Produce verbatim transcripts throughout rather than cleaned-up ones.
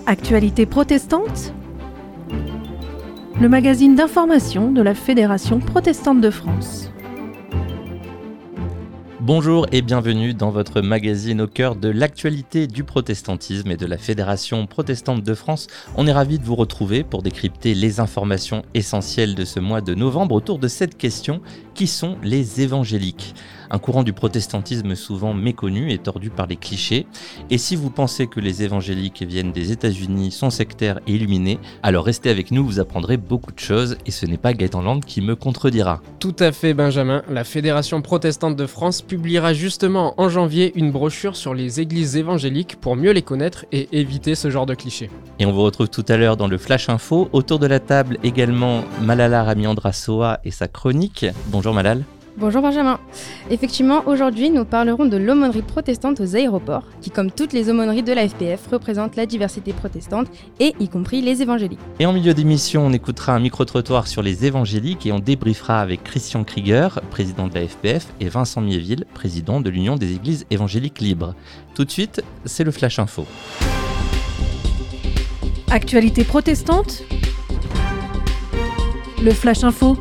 Actualité protestante ? Le magazine d'information de la Fédération protestante de France. Bonjour et bienvenue dans votre magazine au cœur de l'actualité du protestantisme et de la Fédération protestante de France. On est ravis de vous retrouver pour décrypter les informations essentielles de ce mois de novembre autour de cette question: qui sont les évangéliques ? Un courant du protestantisme souvent méconnu et tordu par les clichés. Et si vous pensez que les évangéliques viennent des États-Unis, sont sectaires et illuminés, alors restez avec nous, vous apprendrez beaucoup de choses et ce n'est pas Gaëtan Land qui me contredira. Tout à fait, Benjamin. La Fédération protestante de France publiera justement en janvier une brochure sur les églises évangéliques pour mieux les connaître et éviter ce genre de clichés. Et on vous retrouve tout à l'heure dans le Flash Info. Autour de la table également Malala Ramiandrasoa et sa chronique. Bonjour Malal. Bonjour Benjamin. Effectivement, aujourd'hui, nous parlerons de l'aumônerie protestante aux aéroports, qui, comme toutes les aumôneries de la F P F, représente la diversité protestante, et y compris les évangéliques. Et en milieu d'émission, on écoutera un micro-trottoir sur les évangéliques et on débriefera avec Christian Krieger, président de la F P F, et Vincent Miéville, président de l'Union des Églises évangéliques libres. Tout de suite, c'est le Flash Info. Actualité protestante ? Le Flash Info.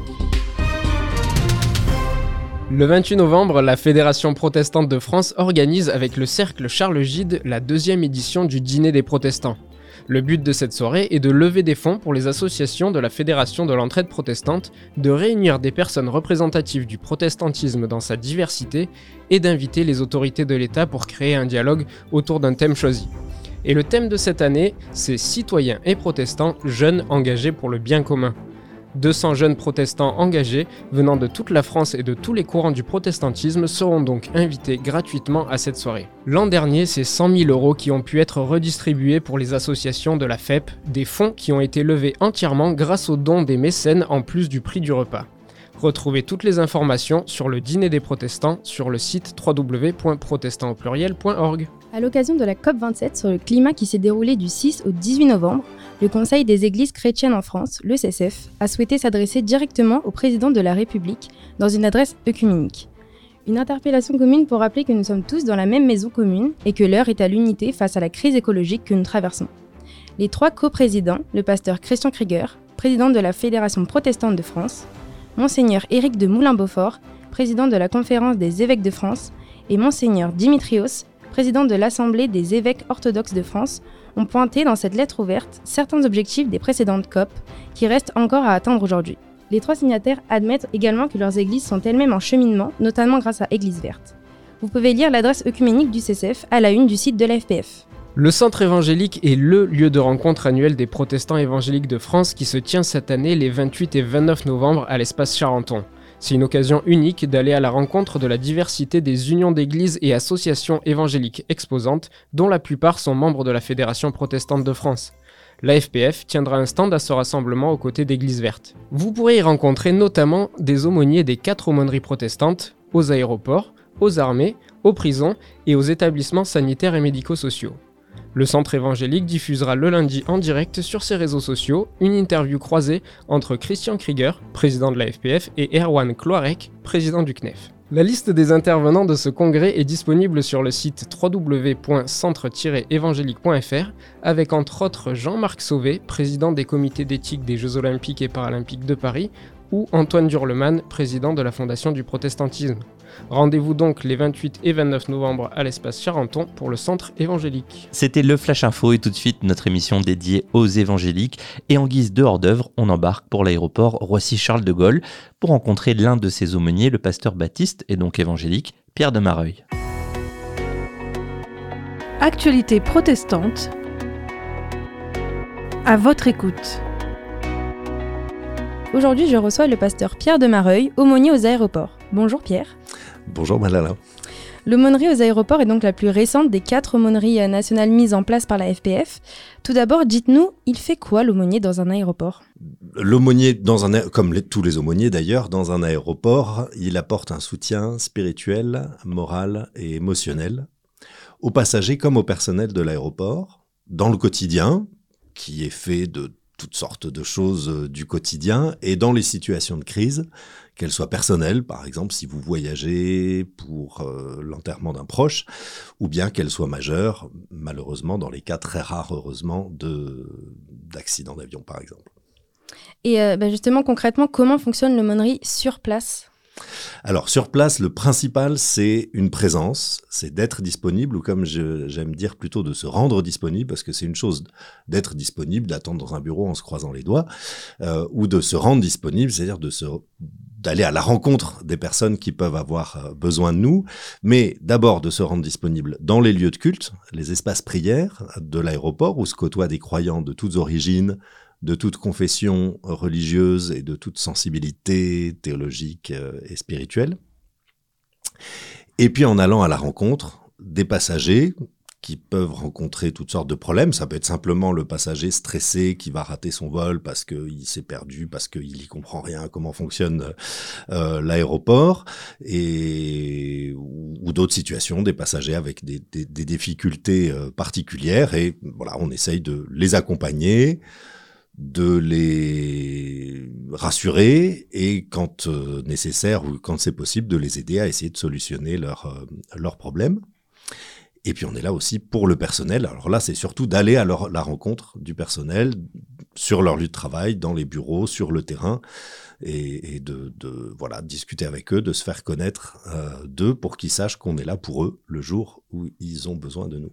Le vingt-huit novembre, la Fédération protestante de France organise avec le Cercle Charles Gide la deuxième édition du Dîner des protestants. Le but de cette soirée est de lever des fonds pour les associations de la Fédération de l'entraide protestante, de réunir des personnes représentatives du protestantisme dans sa diversité et d'inviter les autorités de l'État pour créer un dialogue autour d'un thème choisi. Et le thème de cette année, c'est « Citoyens et protestants, jeunes engagés pour le bien commun ». deux cents jeunes protestants engagés venant de toute la France et de tous les courants du protestantisme seront donc invités gratuitement à cette soirée. L'an dernier, c'est cent mille euros qui ont pu être redistribués pour les associations de la F E P, des fonds qui ont été levés entièrement grâce aux dons des mécènes en plus du prix du repas. Retrouvez toutes les informations sur le Dîner des protestants sur le site w w w point protestants au pluriel point org. À l'occasion de la C O P vingt-sept sur le climat qui s'est déroulée du six au dix-huit novembre, le Conseil des Églises chrétiennes en France, le C S F, a souhaité s'adresser directement au président de la République dans une adresse œcuménique. Une interpellation commune pour rappeler que nous sommes tous dans la même maison commune et que l'heure est à l'unité face à la crise écologique que nous traversons. Les trois coprésidents, le pasteur Christian Krieger, président de la Fédération protestante de France, Monseigneur Éric de Moulin-Beaufort, président de la Conférence des évêques de France, et Monseigneur Dimitrios, président de l'Assemblée des évêques orthodoxes de France, ont pointé dans cette lettre ouverte certains objectifs des précédentes C O P qui restent encore à atteindre aujourd'hui. Les trois signataires admettent également que leurs églises sont elles-mêmes en cheminement, notamment grâce à Église Verte. Vous pouvez lire l'adresse œcuménique du C S F à la une du site de la F P F. Le Centre évangélique est le lieu de rencontre annuel des protestants évangéliques de France qui se tient cette année les vingt-huit et vingt-neuf novembre à l'espace Charenton. C'est une occasion unique d'aller à la rencontre de la diversité des unions d'églises et associations évangéliques exposantes, dont la plupart sont membres de la Fédération protestante de France. La F P F tiendra un stand à ce rassemblement aux côtés d'Église Verte. Vous pourrez y rencontrer notamment des aumôniers des quatre aumôneries protestantes, aux aéroports, aux armées, aux prisons et aux établissements sanitaires et médico-sociaux. Le centre évangélique diffusera le lundi en direct sur ses réseaux sociaux une interview croisée entre Christian Krieger, président de la F P F, et Erwan Cloarec, président du C N E F. La liste des intervenants de ce congrès est disponible sur le site w w w point centre tiret évangélique point f r avec entre autres Jean-Marc Sauvé, président des comités d'éthique des Jeux Olympiques et Paralympiques de Paris, ou Antoine Durleman, président de la Fondation du protestantisme. Rendez-vous donc les vingt-huit et vingt-neuf novembre à l'espace Charenton pour le centre évangélique. C'était le Flash Info et tout de suite notre émission dédiée aux évangéliques. Et en guise de hors-d'œuvre, on embarque pour l'aéroport Roissy-Charles de Gaulle pour rencontrer l'un de ses aumôniers, le pasteur baptiste et donc évangélique, Pierre de Mareuil. Actualité protestante. À votre écoute. Aujourd'hui, je reçois le pasteur Pierre de Mareuil, aumônier aux aéroports. Bonjour Pierre. Bonjour Malala. L'aumônerie aux aéroports est donc la plus récente des quatre aumôneries nationales mises en place par la F P F. Tout d'abord, dites-nous, il fait quoi l'aumônier dans un aéroport ? L'aumônier, dans un, comme les, tous les aumôniers d'ailleurs, dans un aéroport, il apporte un soutien spirituel, moral et émotionnel aux passagers comme au personnel de l'aéroport, dans le quotidien, qui est fait de toutes sortes de choses euh, du quotidien. Et dans les situations de crise, qu'elles soient personnelles, par exemple, si vous voyagez pour euh, l'enterrement d'un proche, ou bien qu'elles soient majeures, malheureusement, dans les cas très rares, heureusement, de, d'accidents d'avion, par exemple. Et euh, bah justement, concrètement, comment fonctionne l'aumônerie sur place ? Alors, sur place, le principal, c'est une présence, c'est d'être disponible, ou comme je, j'aime dire plutôt de se rendre disponible, parce que c'est une chose d'être disponible, d'attendre dans un bureau en se croisant les doigts, euh, ou de se rendre disponible, c'est-à-dire de se, d'aller à la rencontre des personnes qui peuvent avoir besoin de nous, mais d'abord de se rendre disponible dans les lieux de culte, les espaces prières de l'aéroport, où se côtoient des croyants de toutes origines, de toute confession religieuse et de toute sensibilité théologique et spirituelle. Et puis en allant à la rencontre des passagers qui peuvent rencontrer toutes sortes de problèmes. Ça peut être simplement le passager stressé qui va rater son vol parce qu'il s'est perdu, parce qu'il n'y comprend rien à comment fonctionne euh, l'aéroport, et, ou, ou d'autres situations, des passagers avec des, des, des difficultés euh, particulières. Et voilà, on essaye de les accompagner, de les rassurer et, quand euh, nécessaire ou quand c'est possible, de les aider à essayer de solutionner leurs euh, leurs problèmes. Et puis on est là aussi pour le personnel. Alors là, c'est surtout d'aller à leur, la rencontre du personnel sur leur lieu de travail, dans les bureaux, sur le terrain, et, et de, de voilà, discuter avec eux, de se faire connaître euh, d'eux pour qu'ils sachent qu'on est là pour eux le jour où ils ont besoin de nous.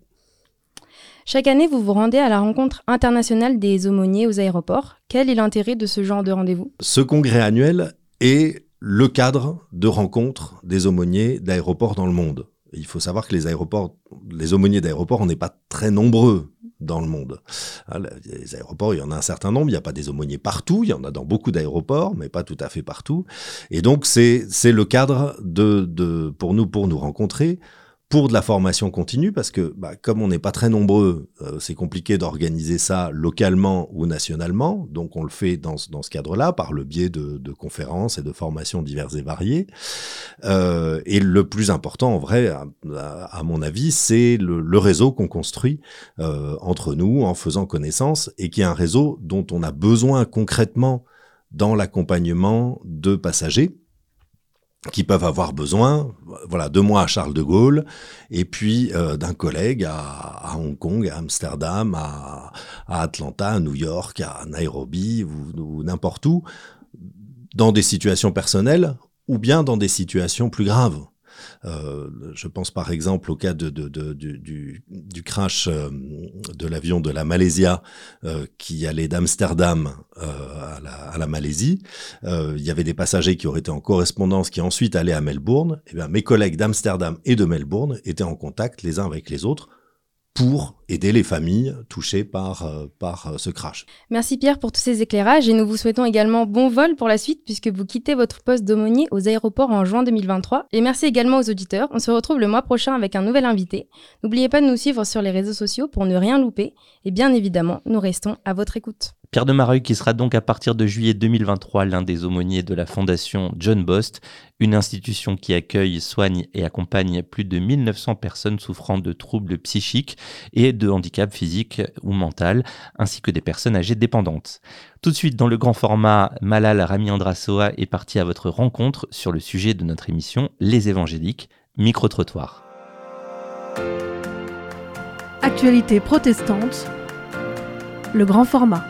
Chaque année, vous vous rendez à la rencontre internationale des aumôniers aux aéroports. Quel est l'intérêt de ce genre de rendez-vous ? Ce congrès annuel est le cadre de rencontre des aumôniers d'aéroports dans le monde. Il faut savoir que les aéroports, les aumôniers d'aéroports, on n'est pas très nombreux dans le monde. Les aéroports, il y en a un certain nombre, il n'y a pas des aumôniers partout, il y en a dans beaucoup d'aéroports, mais pas tout à fait partout. Et donc, c'est, c'est le cadre de, de, pour nous, pour nous rencontrer, pour de la formation continue, parce que bah, comme on n'est pas très nombreux, euh, c'est compliqué d'organiser ça localement ou nationalement, donc on le fait dans, dans ce cadre-là, par le biais de, de conférences et de formations diverses et variées. Euh, et le plus important, en vrai, à, à, à mon avis, c'est le, le réseau qu'on construit euh, entre nous, en faisant connaissance, et qui est un réseau dont on a besoin concrètement dans l'accompagnement de passagers, qui peuvent avoir besoin, voilà, de moi à Charles de Gaulle, et puis euh, d'un collègue à, à Hong Kong, à Amsterdam, à, à Atlanta, à New York, à Nairobi, ou, ou n'importe où, dans des situations personnelles, ou bien dans des situations plus graves. Euh, je pense par exemple au cas de, de, de, du, du, du crash euh, de l'avion de la Malaysia euh, qui allait d'Amsterdam euh, à, la, à la Malaisie. Euh, il y avait des passagers qui auraient été en correspondance qui ensuite allaient à Melbourne. Et bien, mes collègues d'Amsterdam et de Melbourne étaient en contact les uns avec les autres pour aider les familles touchées par, euh, par euh, ce crash. Merci Pierre pour tous ces éclairages et nous vous souhaitons également bon vol pour la suite puisque vous quittez votre poste d'aumônier aux aéroports en juin deux mille vingt-trois. Et merci également aux auditeurs. On se retrouve le mois prochain avec un nouvel invité. N'oubliez pas de nous suivre sur les réseaux sociaux pour ne rien louper. Et bien évidemment, nous restons à votre écoute. Pierre de Mareuil qui sera donc à partir de juillet deux mille vingt-trois l'un des aumôniers de la fondation John Bost, une institution qui accueille, soigne et accompagne plus de mille neuf cents personnes souffrant de troubles psychiques et de handicap physique ou mental, ainsi que des personnes âgées dépendantes. Tout de suite, dans le grand format, Malal Rami Andrasoa est parti à votre rencontre sur le sujet de notre émission Les Évangéliques, micro-trottoir. Actualité protestante, le grand format.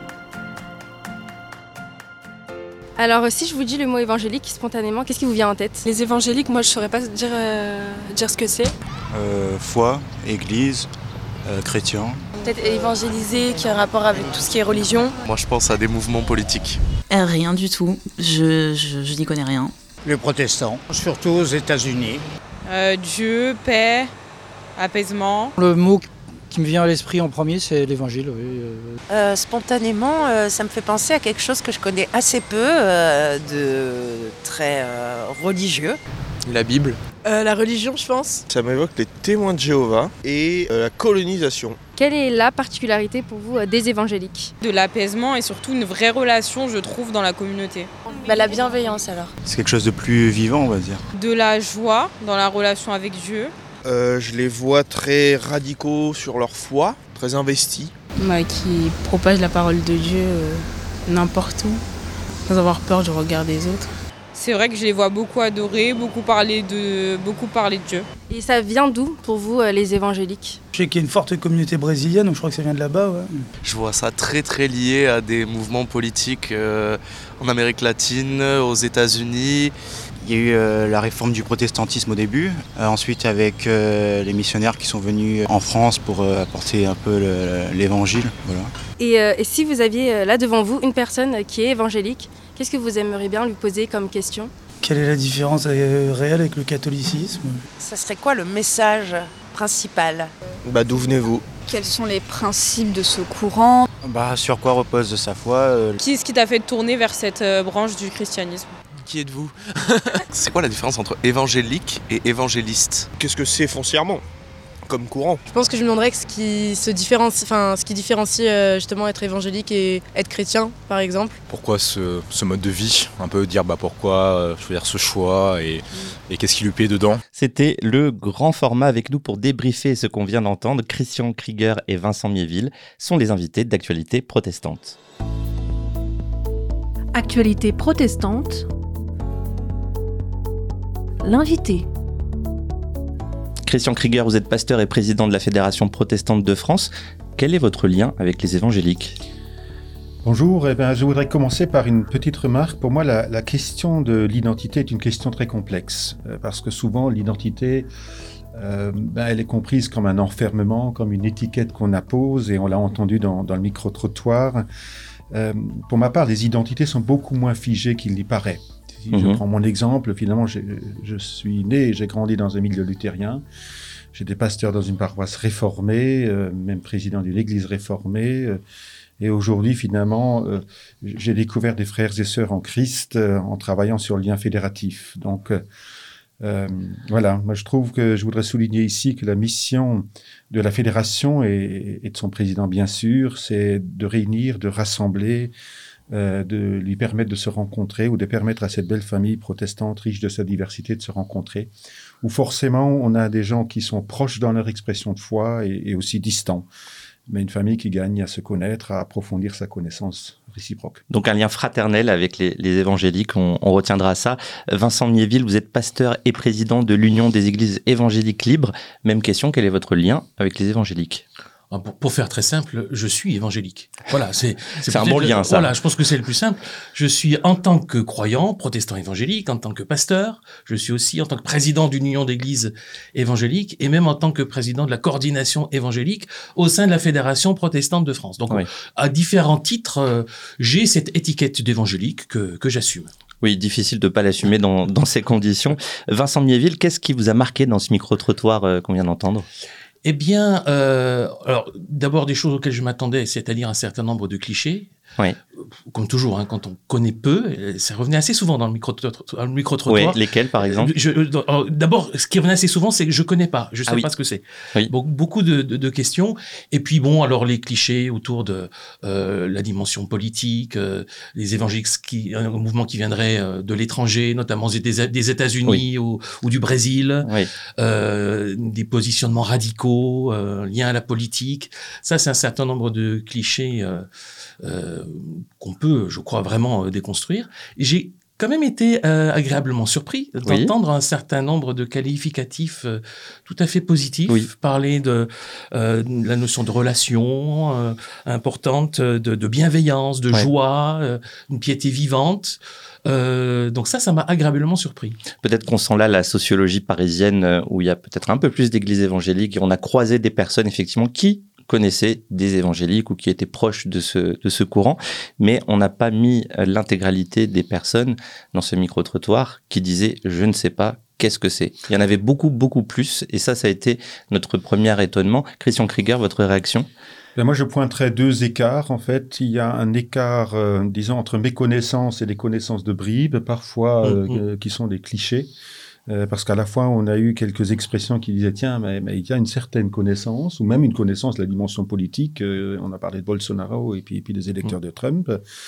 Alors si je vous dis le mot évangélique spontanément, qu'est-ce qui vous vient en tête ? Les évangéliques, moi je saurais pas dire, euh, dire ce que c'est. Euh, foi, église, euh, chrétien. Peut-être évangéliser qui a un rapport avec tout ce qui est religion. Moi je pense à des mouvements politiques. Euh, rien du tout, je, je, je n'y connais rien. Les protestants, surtout aux États-Unis. Euh, Dieu, paix, apaisement. Le mot qui me vient à l'esprit en premier, c'est l'évangile. Oui. Euh, spontanément, euh, ça me fait penser à quelque chose que je connais assez peu, euh, de très euh, religieux. La Bible. Euh, la religion, je pense. Ça m'évoque les témoins de Jéhovah et euh, la colonisation. Quelle est la particularité pour vous euh, des évangéliques ? De l'apaisement et surtout une vraie relation, je trouve, dans la communauté. Bah, la bienveillance alors. C'est quelque chose de plus vivant, on va dire. De la joie dans la relation avec Dieu. Euh, je les vois très radicaux sur leur foi, très investis. Bah, qui propagent la parole de Dieu euh, n'importe où, sans avoir peur du regard des autres. C'est vrai que je les vois beaucoup adorer, beaucoup parler de, beaucoup parler de Dieu. Et ça vient d'où pour vous, euh, les évangéliques ? Je sais qu'il y a une forte communauté brésilienne, donc je crois que ça vient de là-bas. Ouais. Je vois ça très très lié à des mouvements politiques euh, en Amérique latine, aux États-Unis. Il y a eu euh, la réforme du protestantisme au début, euh, ensuite avec euh, les missionnaires qui sont venus en France pour euh, apporter un peu le, l'évangile. Voilà. Et, euh, et si vous aviez euh, là devant vous une personne qui est évangélique, qu'est-ce que vous aimeriez bien lui poser comme question ? Quelle est la différence euh, réelle avec le catholicisme ? Ça serait quoi le message principal ? Bah, d'où venez-vous ? Quels sont les principes de ce courant ? Bah, sur quoi repose sa foi euh... Qui est-ce qui t'a fait tourner vers cette euh, branche du christianisme ? Qui êtes-vous ? C'est quoi la différence entre évangélique et évangéliste ? Qu'est-ce que c'est foncièrement ? Comme courant. Je pense que je me demanderais ce qui se différencie, enfin ce qui différencie euh, justement être évangélique et être chrétien, par exemple. Pourquoi ce, ce mode de vie ? Un peu dire bah pourquoi, euh, je veux dire ce choix et, mmh. et qu'est-ce qui lui plaît dedans ? C'était le grand format avec nous pour débriefer ce qu'on vient d'entendre. Christian Krieger et Vincent Miéville sont les invités d'Actualité protestante. Actualité protestante. L'invité. Christian Krieger, vous êtes pasteur et président de la Fédération protestante de France. Quel est votre lien avec les évangéliques ? Bonjour, eh bien, je voudrais commencer par une petite remarque. Pour moi, la, la question de l'identité est une question très complexe, euh, parce que souvent, l'identité, euh, ben, elle est comprise comme un enfermement, comme une étiquette qu'on appose, et on l'a entendu dans, dans le micro-trottoir. Euh, pour ma part, les identités sont beaucoup moins figées qu'il n'y paraît. Si mmh. je prends mon exemple, finalement, je, je suis né et j'ai grandi dans un milieu luthérien. J'étais pasteur dans une paroisse réformée, euh, même président d'une église réformée. Euh, et aujourd'hui, finalement, euh, j'ai découvert des frères et sœurs en Christ euh, en travaillant sur le lien fédératif. Donc, euh, euh, voilà, moi je trouve que je voudrais souligner ici que la mission de la fédération et, et de son président, bien sûr, c'est de réunir, de rassembler, Euh, de lui permettre de se rencontrer ou de permettre à cette belle famille protestante riche de sa diversité de se rencontrer, où forcément on a des gens qui sont proches dans leur expression de foi et, et aussi distants, mais une famille qui gagne à se connaître, à approfondir sa connaissance réciproque. Donc un lien fraternel avec les, les évangéliques, on, on retiendra ça. Vincent Miéville, vous êtes pasteur et président de l'Union des Églises évangéliques libres. Même question, quel est votre lien avec les évangéliques ? Pour, pour faire très simple, je suis évangélique. Voilà, c'est c'est, c'est un bon lien, ça. Voilà, je pense que c'est le plus simple. Je suis en tant que croyant, protestant évangélique, en tant que pasteur, je suis aussi en tant que président d'une union d'églises évangéliques et même en tant que président de la coordination évangélique au sein de la Fédération protestante de France. Donc, oui. à différents titres, euh, j'ai cette étiquette d'évangélique que que j'assume. Oui, difficile de pas l'assumer dans dans ces conditions. Vincent Miéville, qu'est-ce qui vous a marqué dans ce micro-trottoir euh, qu'on vient d'entendre ? Eh bien, euh, alors d'abord des choses auxquelles je m'attendais, c'est-à-dire un certain nombre de clichés. Oui. Comme toujours, hein, quand on connaît peu, ça revenait assez souvent dans le micro-trottoir. Micro oui, lesquels, par exemple ? je, alors, D'abord, ce qui revenait assez souvent, c'est que je connais pas, je sais ah, oui. pas ce que c'est. Oui. Bon, beaucoup de, de, de questions. Et puis bon, alors les clichés autour de euh, la dimension politique, euh, les évangéliques, qui, un mouvement qui viendrait euh, de l'étranger, notamment des, des États-Unis oui. ou, ou du Brésil, oui. euh, des positionnements radicaux euh, liés à la politique. Ça, c'est un certain nombre de clichés euh, euh, qu'on peut, je crois, vraiment euh, déconstruire. Et j'ai quand même été euh, agréablement surpris d'entendre oui. un certain nombre de qualificatifs euh, tout à fait positifs, oui. parler de euh, la notion de relation euh, importante, de, de bienveillance, de ouais. joie, euh, une piété vivante. Euh, donc ça, ça m'a agréablement surpris. Peut-être qu'on sent là la sociologie parisienne où il y a peut-être un peu plus d'églises évangéliques et on a croisé des personnes effectivement qui connaissaient des évangéliques ou qui étaient proches de ce, de ce courant, mais on n'a pas mis l'intégralité des personnes dans ce micro-trottoir qui disaient « je ne sais pas qu'est-ce que c'est ». Il y en avait beaucoup, beaucoup plus, et ça, ça a été notre premier étonnement. Christian Krieger, votre réaction ? Ben moi, je pointerais deux écarts. En fait, il y a un écart, euh, disons, entre mes connaissances et les connaissances de bribes, parfois, euh, mmh. euh, qui sont des clichés. Euh, parce qu'à la fois, on a eu quelques expressions qui disaient, tiens, mais, mais il y a une certaine connaissance, ou même une connaissance de la dimension politique. Euh, on a parlé de Bolsonaro et puis, et puis des électeurs mmh. de Trump.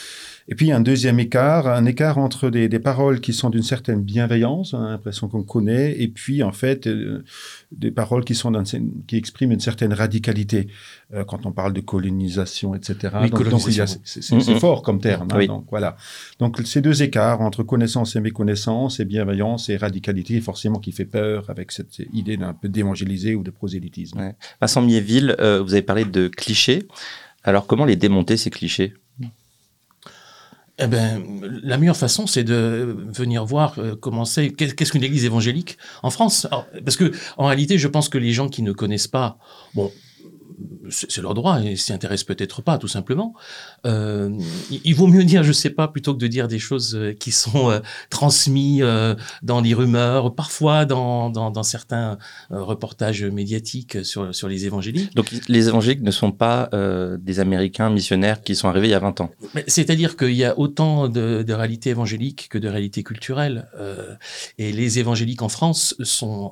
Et puis un deuxième écart, un écart entre des, des paroles qui sont d'une certaine bienveillance, on a l'impression qu'on connaît, et puis en fait euh, des paroles qui sont qui expriment une certaine radicalité euh, quand on parle de colonisation, et cetera. Oui, donc, colonisation. donc c'est, c'est, c'est fort comme terme. Hein, oui. Donc voilà. Donc ces deux écarts entre connaissance et méconnaissance, et bienveillance et radicalité, forcément qui fait peur avec cette idée d'un peu d'évangéliser ou de prosélytisme. Ouais. Vincent Miéville, euh, vous avez parlé de clichés. Alors comment les démonter ces clichés ? Eh ben, la meilleure façon, c'est de venir voir euh, comment c'est, qu'est-ce qu'une église évangélique en France. Alors, parce que, en réalité, je pense que les gens qui ne connaissent pas, bon, c'est, c'est leur droit et s'y intéressent peut-être pas, tout simplement. Euh, il, il vaut mieux dire, je sais pas, plutôt que de dire des choses qui sont euh, transmises euh, dans les rumeurs, parfois dans, dans, dans certains euh, reportages médiatiques sur, sur les évangéliques. Donc, les évangéliques ne sont pas euh, des Américains missionnaires qui sont arrivés il y a vingt ans. Mais c'est-à-dire qu'il y a autant de, de réalités évangéliques que de réalités culturelles. Euh, et les évangéliques en France sont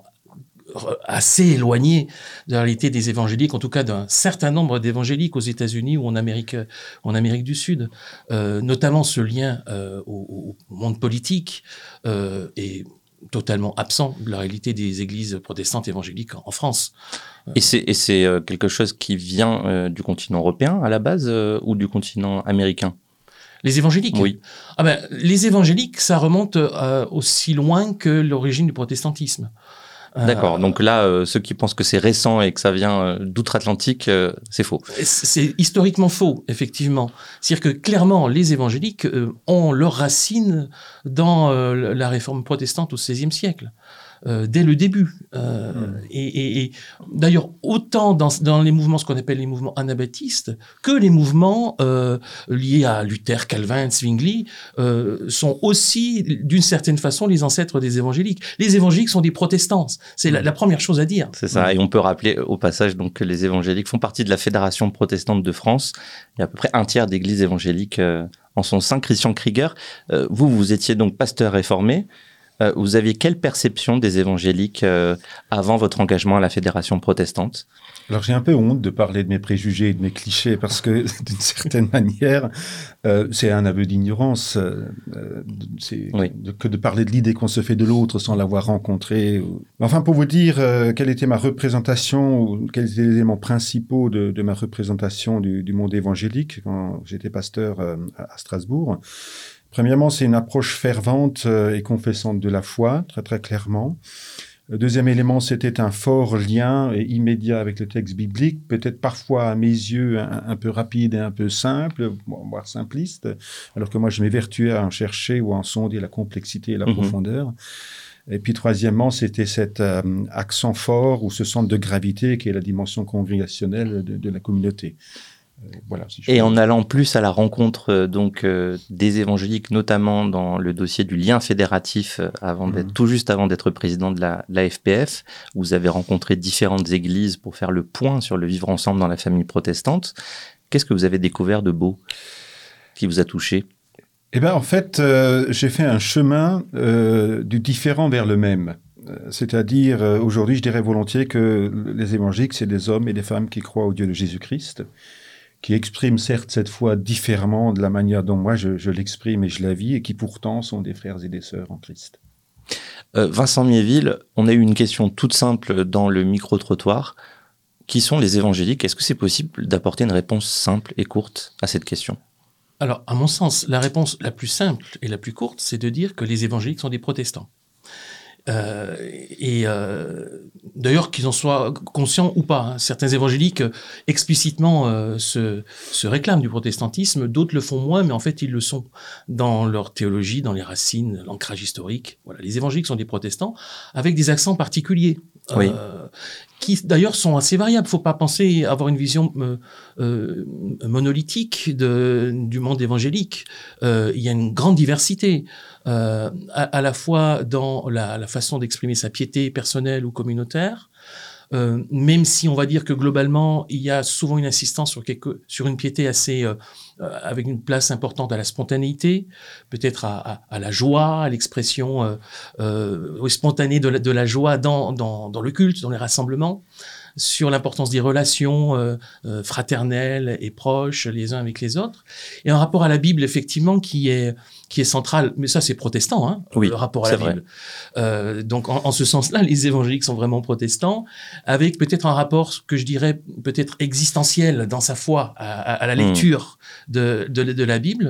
assez éloigné de la réalité des évangéliques, en tout cas d'un certain nombre d'évangéliques aux États-Unis ou en Amérique, en Amérique du Sud. Euh, notamment ce lien euh, au, au monde politique euh, est totalement absent de la réalité des églises protestantes évangéliques en, en France. Et c'est, et c'est euh, quelque chose qui vient euh, du continent européen à la base euh, ou du continent américain ? Les évangéliques ? Oui. Ah ben, les évangéliques, ça remonte euh, aussi loin que l'origine du protestantisme. D'accord, donc là, euh, ceux qui pensent que c'est récent et que ça vient euh, d'outre-Atlantique, euh, c'est faux. C'est historiquement faux, effectivement. C'est-à-dire que clairement, les évangéliques euh, ont leurs racines dans euh, la réforme protestante au seizième siècle. Euh, dès le début. Euh, mmh. et, et, et d'ailleurs, autant dans, dans les mouvements, ce qu'on appelle les mouvements anabaptistes, que les mouvements euh, liés à Luther, Calvin, Zwingli, euh, sont aussi, d'une certaine façon, les ancêtres des évangéliques. Les évangéliques sont des protestants. C'est mmh. la, la première chose à dire. C'est ça. Mmh. Et on peut rappeler au passage donc, que les évangéliques font partie de la Fédération protestante de France. Il y a à peu près un tiers d'églises évangéliques euh, en son sein. Christian Krieger, euh, vous, vous étiez donc pasteur réformé. Euh, vous aviez quelle perception des évangéliques euh, avant votre engagement à la Fédération protestante ? Alors j'ai un peu honte de parler de mes préjugés et de mes clichés parce que d'une certaine manière, euh, c'est un aveu d'ignorance. Euh, c'est oui. de, que de parler de l'idée qu'on se fait de l'autre sans l'avoir rencontré. Ou... Enfin, pour vous dire euh, quelle était ma représentation, ou quels étaient les éléments principaux de, de ma représentation du, du monde évangélique quand j'étais pasteur euh, à Strasbourg. Premièrement, c'est une approche fervente et confessante de la foi, très très clairement. Le deuxième élément, c'était un fort lien immédiat avec le texte biblique, peut-être parfois à mes yeux un, un peu rapide et un peu simple, voire simpliste, alors que moi je m'évertuais à en chercher ou à en sonder la complexité et la mmh. profondeur. Et puis troisièmement, c'était cet euh, accent fort ou ce centre de gravité qui est la dimension congrégationnelle de, de la communauté. Euh, voilà, si et en allant plus à la rencontre euh, donc euh, des évangéliques, notamment dans le dossier du lien fédératif, euh, avant d'être, mmh. tout juste avant d'être président de la, de la F P F, vous avez rencontré différentes églises pour faire le point sur le vivre ensemble dans la famille protestante. Qu'est-ce que vous avez découvert de beau qui vous a touché ? Eh bien, en fait, euh, j'ai fait un chemin euh, du différent vers le même. C'est-à-dire, euh, aujourd'hui, je dirais volontiers que les évangéliques, c'est des hommes et des femmes qui croient au Dieu de Jésus-Christ, qui expriment certes cette foi différemment de la manière dont moi je, je l'exprime et je la vis, et qui pourtant sont des frères et des sœurs en Christ. Euh, Vincent Miéville, on a eu une question toute simple dans le micro-trottoir. Qui sont les évangéliques ? Est-ce que c'est possible d'apporter une réponse simple et courte à cette question ? Alors, à mon sens, la réponse la plus simple et la plus courte, c'est de dire que les évangéliques sont des protestants. Euh, et euh, d'ailleurs qu'ils en soient conscients ou pas, hein. Certains évangéliques euh, explicitement euh, se, se réclament du protestantisme, d'autres le font moins, mais en fait ils le sont dans leur théologie, dans les racines, l'ancrage historique. Voilà, les évangéliques sont des protestants avec des accents particuliers. Oui. Euh, qui d'ailleurs sont assez variables. Faut pas penser avoir une vision euh, euh, monolithique de, du monde évangélique. Euh, il y a une grande diversité, euh, à, à la fois dans la, la façon d'exprimer sa piété personnelle ou communautaire, euh, même si on va dire que globalement il y a souvent une insistance sur quelque, sur une piété assez euh, euh, avec une place importante à la spontanéité, peut-être à, à, à la joie, à l'expression euh, euh, spontanée de la, de la joie dans, dans, dans le culte, dans les rassemblements, sur l'importance des relations euh, euh, fraternelles et proches les uns avec les autres, et un rapport à la Bible effectivement qui est qui est central. Mais ça c'est protestant, hein, oui, le rapport à la Bible. Euh, donc en, en ce sens-là, les évangéliques sont vraiment protestants, avec peut-être un rapport que je dirais peut-être existentiel dans sa foi à, à, à la lecture mmh. de, de de la Bible.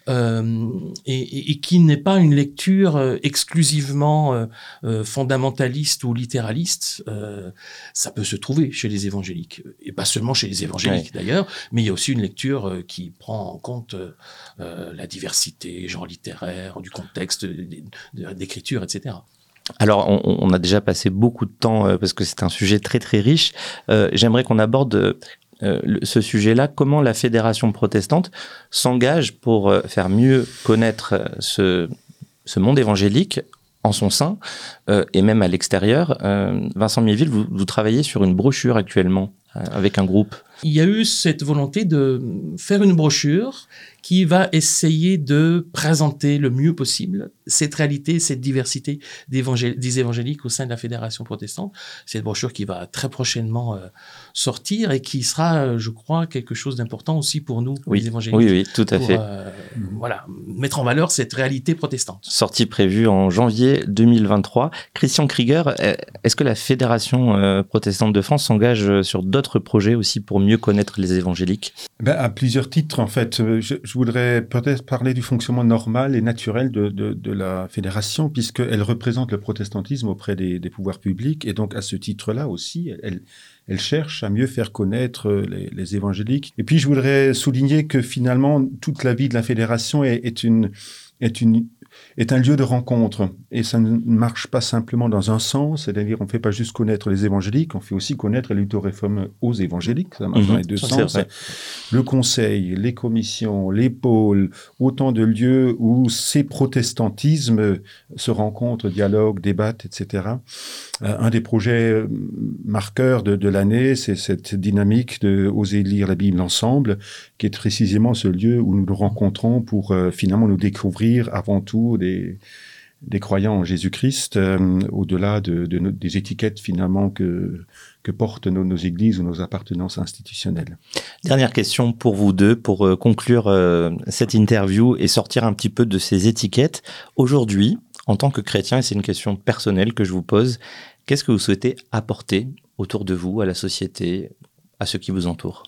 Euh, et, et qui n'est pas une lecture euh, exclusivement euh, euh, fondamentaliste ou littéraliste. Euh, ça peut se trouver chez les évangéliques, et pas seulement chez les évangéliques ouais. d'ailleurs, mais il y a aussi une lecture euh, qui prend en compte euh, la diversité, genre littéraire, du contexte, d'écriture, et cetera. Alors, on, on a déjà passé beaucoup de temps, euh, parce que c'est un sujet très très riche. Euh, j'aimerais qu'on aborde... Euh, Euh, le, ce sujet-là, comment la Fédération protestante s'engage pour euh, faire mieux connaître euh, ce, ce monde évangélique en son sein euh, et même à l'extérieur. Euh, Vincent Miéville, vous, vous travaillez sur une brochure actuellement euh, avec un groupe. Il y a eu cette volonté de faire une brochure qui va essayer de présenter le mieux possible cette réalité, cette diversité d'évangé- des évangéliques au sein de la Fédération protestante. Cette brochure qui va très prochainement euh, sortir et qui sera, euh, je crois, quelque chose d'important aussi pour nous, pour oui. les évangéliques. Oui, oui, tout à pour, fait. Euh, voilà, mettre en valeur cette réalité protestante. Sortie prévue en janvier deux mille vingt-trois. Christian Krieger, est-ce que la Fédération euh, protestante de France s'engage sur d'autres projets aussi pour mieux connaître les évangéliques? Ben, à plusieurs titres, en fait. Je, je voudrais peut-être parler du fonctionnement normal et naturel de, de, de la Fédération, puisqu'elle représente le protestantisme auprès des, des pouvoirs publics. Et donc, à ce titre-là aussi, elle, elle cherche à mieux faire connaître les, les évangéliques. Et puis, je voudrais souligner que finalement, toute la vie de la Fédération est, est une... est une est un lieu de rencontre. Et ça ne marche pas simplement dans un sens, c'est-à-dire on ne fait pas juste connaître les évangéliques, on fait aussi connaître la lutte aux réformes aux évangéliques, ça marche mmh, dans les deux sens. Le conseil, les commissions, les pôles, autant de lieux où ces protestantismes se rencontrent, dialoguent, débattent, et cetera. Euh, un des projets marqueurs de, de l'année, c'est cette dynamique de oser lire la Bible ensemble, qui est précisément ce lieu où nous nous rencontrons pour euh, finalement nous découvrir avant tout des, des croyants en Jésus-Christ, euh, au-delà de, de, de, des étiquettes finalement que, que portent nos, nos églises ou nos appartenances institutionnelles. Dernière question pour vous deux, pour euh, conclure euh, cette interview et sortir un petit peu de ces étiquettes. Aujourd'hui, en tant que chrétien, et c'est une question personnelle que je vous pose, qu'est-ce que vous souhaitez apporter autour de vous, à la société, à ceux qui vous entourent,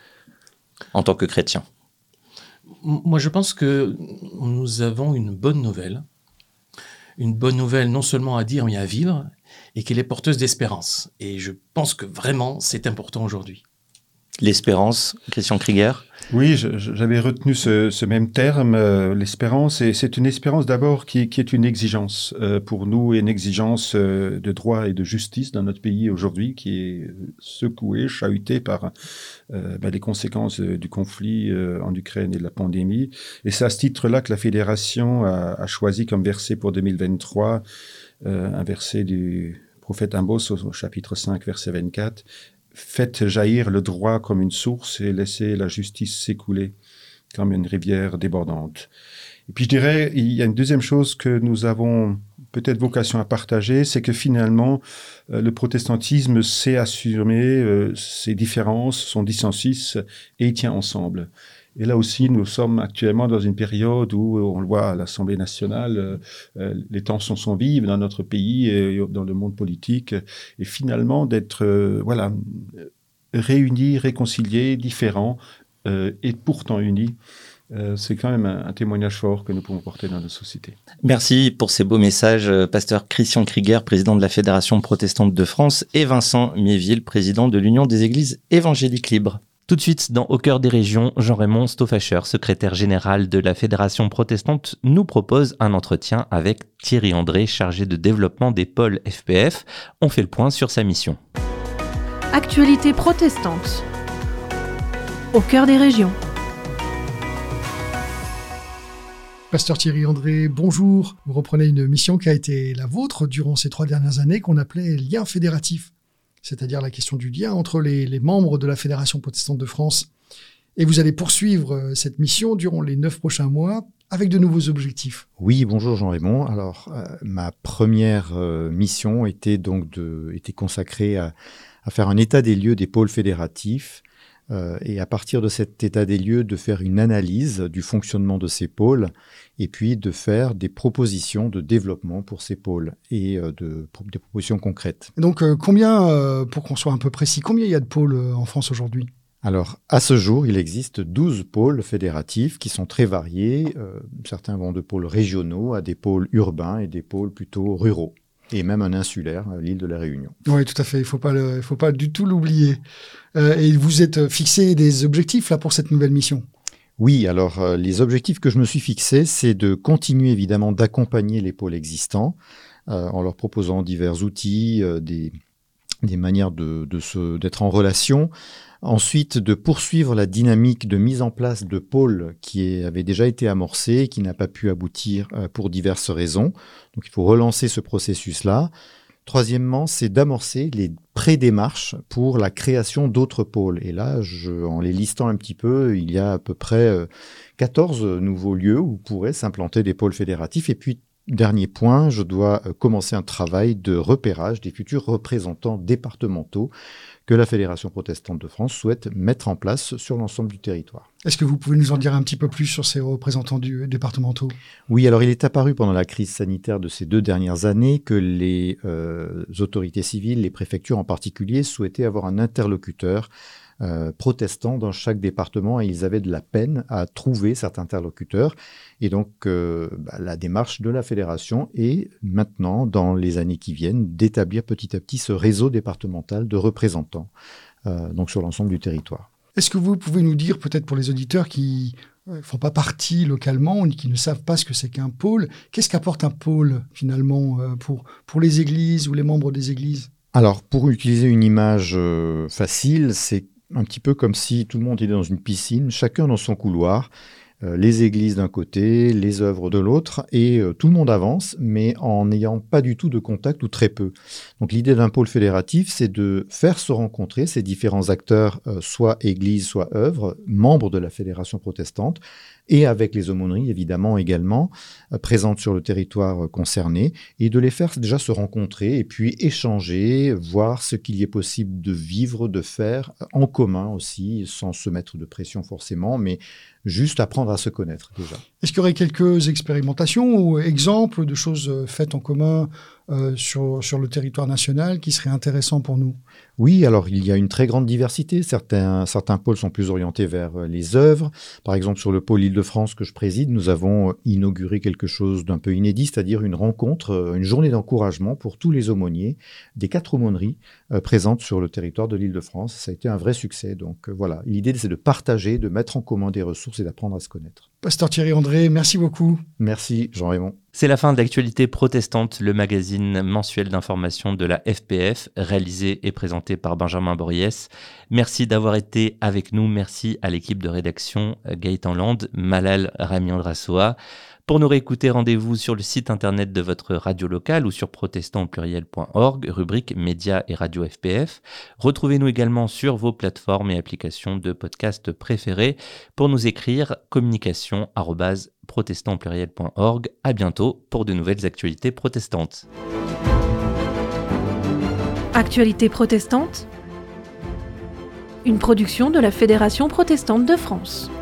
en tant que chrétien? Moi, je pense que nous avons une bonne nouvelle. Une bonne nouvelle non seulement à dire, mais à vivre, et qu'elle est porteuse d'espérance. Et je pense que vraiment, c'est important aujourd'hui. L'espérance, Christian Krieger? Oui, je, j'avais retenu ce, ce même terme, euh, l'espérance. Et c'est une espérance d'abord qui, qui est une exigence euh, pour nous, et une exigence euh, de droit et de justice dans notre pays aujourd'hui, qui est secouée, chahutée par euh, bah, les conséquences euh, du conflit euh, en Ukraine et de la pandémie. Et c'est à ce titre-là que la Fédération a, a choisi comme verset pour deux mille vingt-trois euh, un verset du prophète Amos au, au chapitre cinq, verset vingt-quatre. Faites jaillir le droit comme une source et laissez la justice s'écouler comme une rivière débordante. Et puis je dirais, il y a une deuxième chose que nous avons peut-être vocation à partager, c'est que finalement, euh, le protestantisme sait assumer euh, ses différences, son dissensus, et il tient ensemble. Et là aussi, nous sommes actuellement dans une période où, on le voit à l'Assemblée nationale, euh, les tensions sont vives dans notre pays et dans le monde politique. Et finalement, d'être euh, voilà, réunis, réconciliés, différents euh, et pourtant unis, euh, c'est quand même un, un témoignage fort que nous pouvons porter dans notre société. Merci pour ces beaux messages, pasteur Christian Krieger, président de la Fédération protestante de France, et Vincent Miéville, président de l'Union des Églises évangéliques libres. Tout de suite, dans Au cœur des régions, Jean-Raymond Stauffacher, secrétaire général de la Fédération protestante, nous propose un entretien avec Thierry André, chargé de développement des pôles F P F. On fait le point sur sa mission. Actualité protestante. Au cœur des régions. Pasteur Thierry André, bonjour. Vous reprenez une mission qui a été la vôtre durant ces trois dernières années, qu'on appelait lien fédératif. C'est-à-dire la question du lien entre les, les membres de la Fédération protestante de France Et vous allez poursuivre cette mission durant les neuf prochains mois avec de nouveaux objectifs. Oui, bonjour Jean-Raymond. Alors, euh, ma première euh, mission était donc de, était consacrée à, à faire un état des lieux des pôles fédératifs euh, et à partir de cet état des lieux, de faire une analyse du fonctionnement de ces pôles et puis de faire des propositions de développement pour ces pôles et euh, de, des propositions concrètes. Donc, euh, combien, euh, pour qu'on soit un peu précis, combien il y a de pôles euh, en France aujourd'hui ? Alors, à ce jour, il existe douze pôles fédératifs qui sont très variés. Euh, certains vont de pôles régionaux à des pôles urbains et des pôles plutôt ruraux. Et même un insulaire, l'île de la Réunion. Oui, tout à fait. Il ne faut pas, le, il faut pas du tout l'oublier. Euh, et vous êtes fixé des objectifs là, pour cette nouvelle mission ? Oui, alors euh, les objectifs que je me suis fixés, c'est de continuer évidemment d'accompagner les pôles existants euh, en leur proposant divers outils, euh, des, des manières de, de se, d'être en relation. Ensuite, de poursuivre la dynamique de mise en place de pôles qui avait déjà été amorcée, qui n'a pas pu aboutir pour diverses raisons. Donc, il faut relancer ce processus-là. Troisièmement, c'est d'amorcer les pré-démarches pour la création d'autres pôles. Et là, je, en les listant un petit peu, il y a à peu près quatorze nouveaux lieux où pourraient s'implanter des pôles fédératifs. Et puis, dernier point, je dois commencer un travail de repérage des futurs représentants départementaux que la Fédération protestante de France souhaite mettre en place sur l'ensemble du territoire. Est-ce que vous pouvez nous en dire un petit peu plus sur ces représentants du, départementaux ? Oui, alors il est apparu pendant la crise sanitaire de ces deux dernières années que les euh, autorités civiles, les préfectures en particulier, souhaitaient avoir un interlocuteur Euh, protestants dans chaque département et ils avaient de la peine à trouver cet interlocuteur. Et donc, euh, bah, la démarche de la fédération est maintenant, dans les années qui viennent, d'établir petit à petit ce réseau départemental de représentants euh, donc sur l'ensemble du territoire. Est-ce que vous pouvez nous dire, peut-être pour les auditeurs qui ne font pas partie localement, qui ne savent pas ce que c'est qu'un pôle, qu'est-ce qu'apporte un pôle finalement euh, pour, pour les églises ou les membres des églises ? Alors, pour utiliser une image euh, facile, c'est un petit peu comme si tout le monde était dans une piscine, chacun dans son couloir, euh, les églises d'un côté, les œuvres de l'autre, et euh, tout le monde avance, mais en n'ayant pas du tout de contact ou très peu. Donc l'idée d'un pôle fédératif, c'est de faire se rencontrer ces différents acteurs, euh, soit églises, soit œuvres, membres de la Fédération protestante, et avec les aumôneries, évidemment, également, euh, présentes sur le territoire euh, concerné, et de les faire déjà se rencontrer, et puis échanger, voir ce qu'il y est possible de vivre, de faire, euh, en commun aussi, sans se mettre de pression forcément, mais juste apprendre à se connaître déjà. Est-ce qu'il y aurait quelques expérimentations ou exemples de choses faites en commun euh, sur, sur le territoire national qui seraient intéressants pour nous ? Oui, alors il y a une très grande diversité. Certains, certains pôles sont plus orientés vers les œuvres. Par exemple, sur le pôle Île-de-France que je préside, nous avons inauguré quelque chose d'un peu inédit, c'est-à-dire une rencontre, une journée d'encouragement pour tous les aumôniers des quatre aumôneries euh, présentes sur le territoire de l'Île-de-France. Ça a été un vrai succès. Donc euh, voilà, l'idée c'est de partager, de mettre en commun des ressources et d'apprendre à se connaître. Pasteur Thierry André, merci beaucoup. Merci Jean-Raymond. C'est la fin de l'actualité protestante, le magazine mensuel d'information de la F P F, réalisé et présenté par Benjamin Bories. Merci d'avoir été avec nous. Merci à l'équipe de rédaction Gaëtan Land, Malal Ramiandrasoa. Pour nous réécouter, rendez-vous sur le site internet de votre radio locale ou sur protestant au pluriel point org, rubrique médias et radio F P F. Retrouvez-nous également sur vos plateformes et applications de podcast préférées. Pour nous écrire, communication arobase protestant au pluriel point org. À bientôt pour de nouvelles actualités protestantes. Actualités protestantes, une production de la Fédération protestante de France.